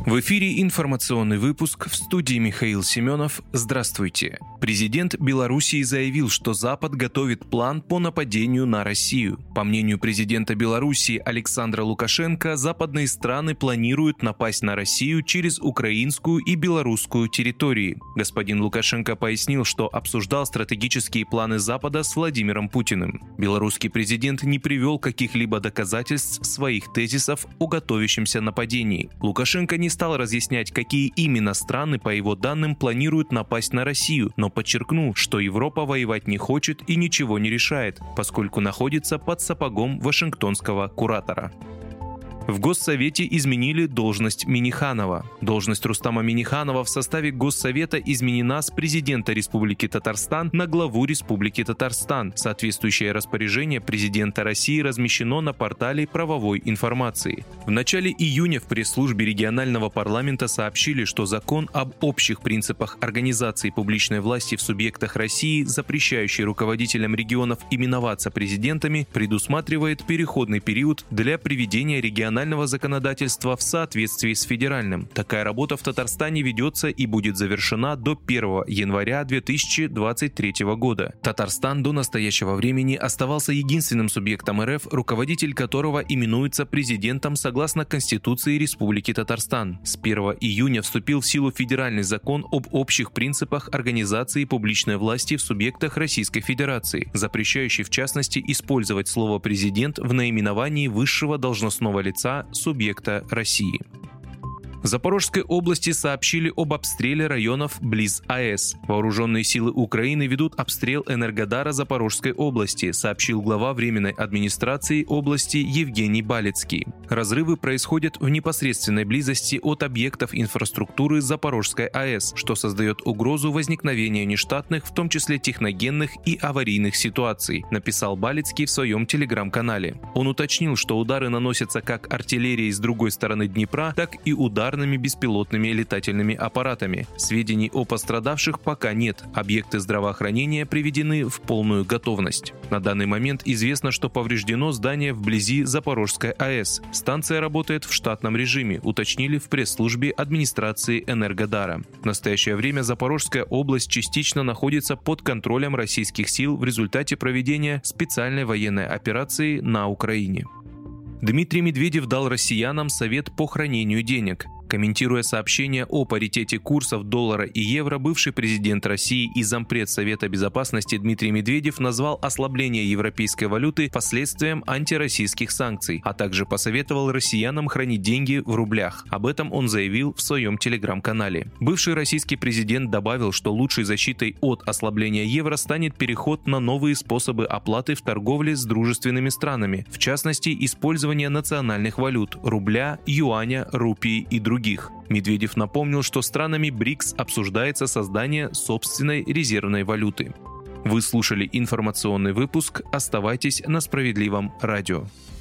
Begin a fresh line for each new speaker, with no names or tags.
В эфире информационный выпуск, в студии Михаил Семенов. Здравствуйте. Президент Белоруссии заявил, что Запад готовит план по нападению на Россию. По мнению президента Белоруссии Александра Лукашенко, западные страны планируют напасть на Россию через украинскую и белорусскую территории. Господин Лукашенко пояснил, что обсуждал стратегические планы Запада с Владимиром Путиным. Белорусский президент не привел каких-либо доказательств своих тезисов о готовящемся нападении. Лукашенко не стал разъяснять, какие именно страны, по его данным, планируют напасть на Россию, но подчеркнул, что Европа воевать не хочет и ничего не решает, поскольку находится под сапогом вашингтонского куратора. В Госсовете изменили должность Минниханова. Должность Рустама Минниханова в составе Госсовета изменена с президента Республики Татарстан на главу Республики Татарстан. Соответствующее распоряжение президента России размещено на портале правовой информации. В начале июня в пресс-службе регионального парламента сообщили, что закон об общих принципах организации публичной власти в субъектах России, запрещающий руководителям регионов именоваться президентами, предусматривает переходный период для приведения регионального законодательства в соответствии с федеральным. Такая работа в Татарстане ведется и будет завершена до 1 января 2023 года. Татарстан до настоящего времени оставался единственным субъектом РФ, руководитель которого именуется президентом согласно Конституции Республики Татарстан. С 1 июня вступил в силу федеральный закон об общих принципах организации публичной власти в субъектах Российской Федерации, запрещающий в частности использовать слово «президент» в наименовании высшего должностного лица субъекта России. В Запорожской области сообщили об обстреле районов близ АЭС. Вооруженные силы Украины ведут обстрел Энергодара Запорожской области, сообщил глава Временной администрации области Евгений Балицкий. Разрывы происходят в непосредственной близости от объектов инфраструктуры Запорожской АЭС, что создает угрозу возникновения нештатных, в том числе техногенных и аварийных ситуаций, написал Балицкий в своем телеграм-канале. Он уточнил, что удары наносятся как артиллерией с другой стороны Днепра, так и ударными беспилотными летательными аппаратами. Сведений о пострадавших пока нет. Объекты здравоохранения приведены в полную готовность. На данный момент известно, что повреждено здание вблизи Запорожской АЭС. Станция работает в штатном режиме, уточнили в пресс-службе администрации Энергодара. В настоящее время Запорожская область частично находится под контролем российских сил в результате проведения специальной военной операции на Украине. Дмитрий Медведев дал россиянам совет по хранению денег. Комментируя сообщение о паритете курсов доллара и евро, бывший президент России и зампред Совета Безопасности Дмитрий Медведев назвал ослабление европейской валюты последствием антироссийских санкций, а также посоветовал россиянам хранить деньги в рублях. Об этом он заявил в своем телеграм-канале. Бывший российский президент добавил, что лучшей защитой от ослабления евро станет переход на новые способы оплаты в торговле с дружественными странами, в частности, использование национальных валют – рубля, юаня, рупии и других. Медведев напомнил, что странами БРИКС обсуждается создание собственной резервной валюты. Вы слушали информационный выпуск. Оставайтесь на Справедливом радио.